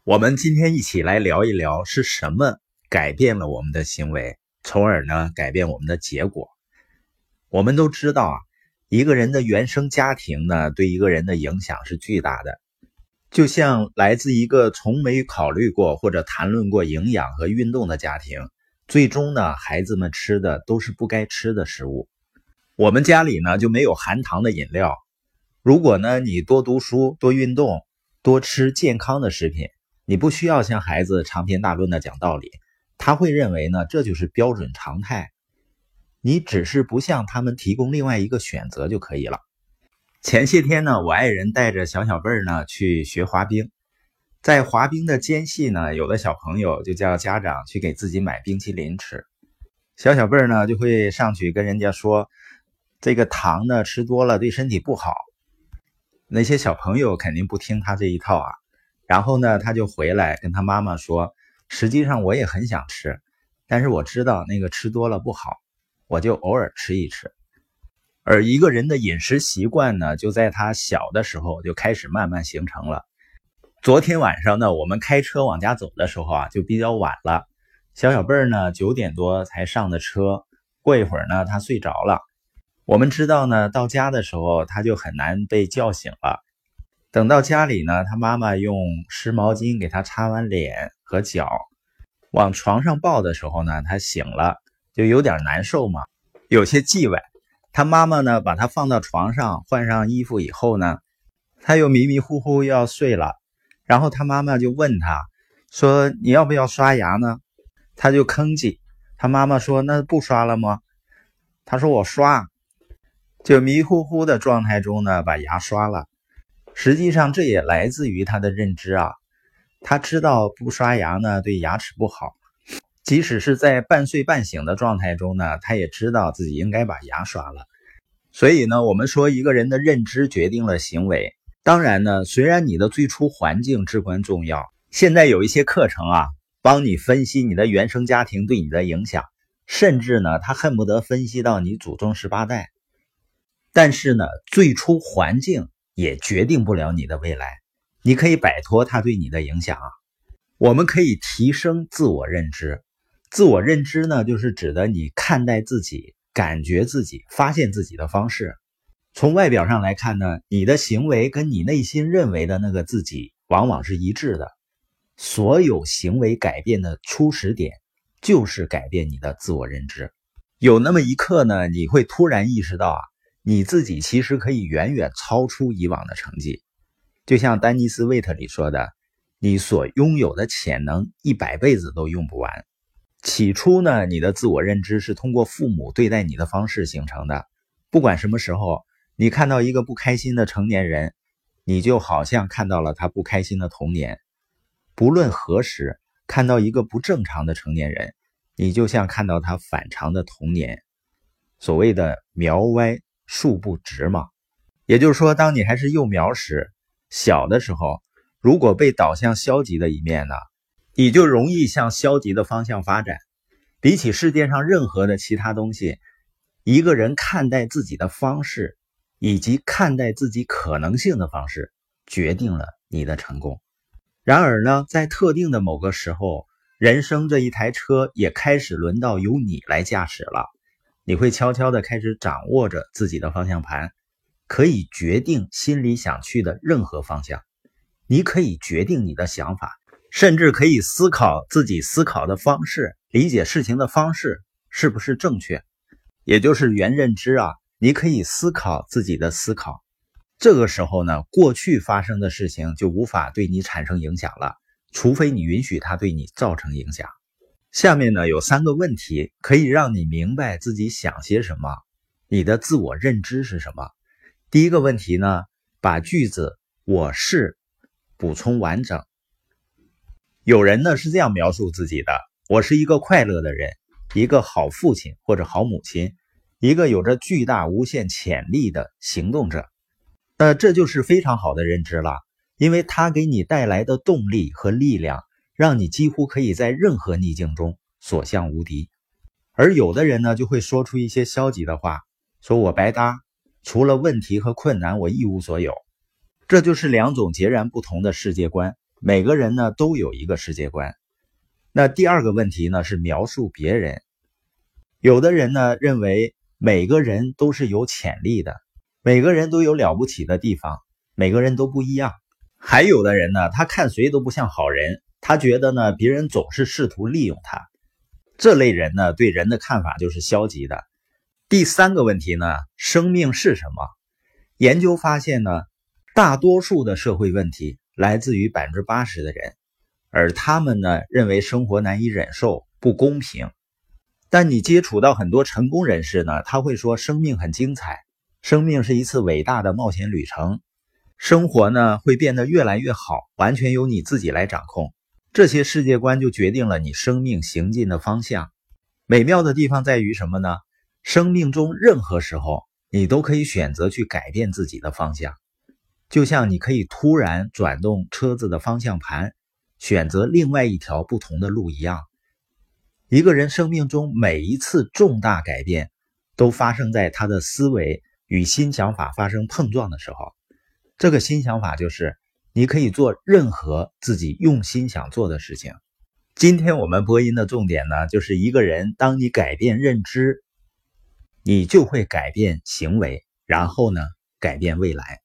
我们今天一起来聊一聊是什么改变了我们的行为，从而呢改变我们的结果。我们都知道一个人的原生家庭呢对一个人的影响是巨大的，就像来自一个从没考虑过或者谈论过营养和运动的家庭，最终呢孩子们吃的都是不该吃的食物。我们家里呢就没有含糖的饮料，如果呢你多读书、多运动、多吃健康的食品，你不需要向孩子长篇大论的讲道理，他会认为呢这就是标准常态，你只是不向他们提供另外一个选择就可以了。前些天呢，我爱人带着小贝儿呢去学滑冰，在滑冰的间隙呢，有的小朋友就叫家长去给自己买冰淇淋吃，小贝儿呢就会上去跟人家说，这个糖呢吃多了对身体不好。那些小朋友肯定不听他这一套然后呢他就回来跟他妈妈说，实际上我也很想吃，但是我知道那个吃多了不好，我就偶尔吃一吃。而一个人的饮食习惯呢，就在他小的时候就开始慢慢形成了。昨天晚上呢，我们开车往家走的时候就比较晚了，小贝儿呢9点多才上的车，过一会儿呢他睡着了。我们知道呢，到家的时候他就很难被叫醒了。等到家里呢，他妈妈用湿毛巾给他擦完脸和脚，往床上抱的时候呢，他醒了，就有点难受嘛，有些忌讳。他妈妈呢，把他放到床上，换上衣服以后呢，他又迷迷糊糊要睡了。然后他妈妈就问他说，你要不要刷牙呢？他就吭叽。他妈妈说，那不刷了吗？他说我刷。就迷糊糊的状态中呢，把牙刷了。实际上这也来自于他的认知他知道不刷牙呢对牙齿不好，即使是在半睡半醒的状态中呢，他也知道自己应该把牙刷了。所以呢，我们说一个人的认知决定了行为。当然呢，虽然你的最初环境至关重要，现在有一些课程帮你分析你的原生家庭对你的影响，甚至呢他恨不得分析到你祖宗18代。但是呢，最初环境也决定不了你的未来，你可以摆脱它对你的影响我们可以提升自我认知。自我认知呢，就是指的你看待自己、感觉自己、发现自己的方式。从外表上来看呢，你的行为跟你内心认为的那个自己往往是一致的。所有行为改变的初始点就是改变你的自我认知。有那么一刻呢，你会突然意识到你自己其实可以远远超出以往的成绩。就像丹尼斯·韦特里说的，你所拥有的潜能100辈子都用不完。起初呢，你的自我认知是通过父母对待你的方式形成的。不管什么时候，你看到一个不开心的成年人，你就好像看到了他不开心的童年。不论何时，看到一个不正常的成年人，你就像看到他反常的童年。所谓的苗歪树不直嘛，也就是说，当你还是幼苗时，小的时候，如果被导向消极的一面呢，你就容易向消极的方向发展。比起世界上任何的其他东西，一个人看待自己的方式，以及看待自己可能性的方式，决定了你的成功。然而呢，在特定的某个时候，人生这一台车也开始轮到由你来驾驶了。你会悄悄地开始掌握着自己的方向盘，可以决定心里想去的任何方向。你可以决定你的想法，甚至可以思考自己思考的方式，理解事情的方式是不是正确，也就是原认知你可以思考自己的思考。这个时候呢，过去发生的事情就无法对你产生影响了，除非你允许它对你造成影响。下面呢有3个问题可以让你明白自己想些什么，你的自我认知是什么。第一个问题呢，把句子我是补充完整。有人呢是这样描述自己的，我是一个快乐的人，一个好父亲或者好母亲，一个有着巨大无限潜力的行动者。这就是非常好的认知了，因为它给你带来的动力和力量，让你几乎可以在任何逆境中所向无敌。而有的人呢，就会说出一些消极的话，说我白搭，除了问题和困难，我一无所有。这就是2种截然不同的世界观。 每个人呢都有一个世界观。那第二个问题呢是描述别人。有的人呢认为每个人都是有潜力的，每个人都有了不起的地方，每个人都不一样。还有的人呢，他看谁都不像好人，他觉得呢别人总是试图利用他。这类人呢对人的看法就是消极的。第三个问题呢，生命是什么？研究发现呢，大多数的社会问题来自于 80% 的人，而他们呢认为生活难以忍受，不公平。但你接触到很多成功人士呢，他会说生命很精彩，生命是一次伟大的冒险旅程，生活呢会变得越来越好，完全由你自己来掌控。这些世界观就决定了你生命行进的方向。美妙的地方在于什么呢？生命中任何时候你都可以选择去改变自己的方向，就像你可以突然转动车子的方向盘，选择另外一条不同的路一样。一个人生命中每一次重大改变都发生在他的思维与新想法发生碰撞的时候。这个新想法就是你可以做任何自己用心想做的事情。今天我们播音的重点呢，就是一个人当你改变认知，你就会改变行为，然后呢，改变未来。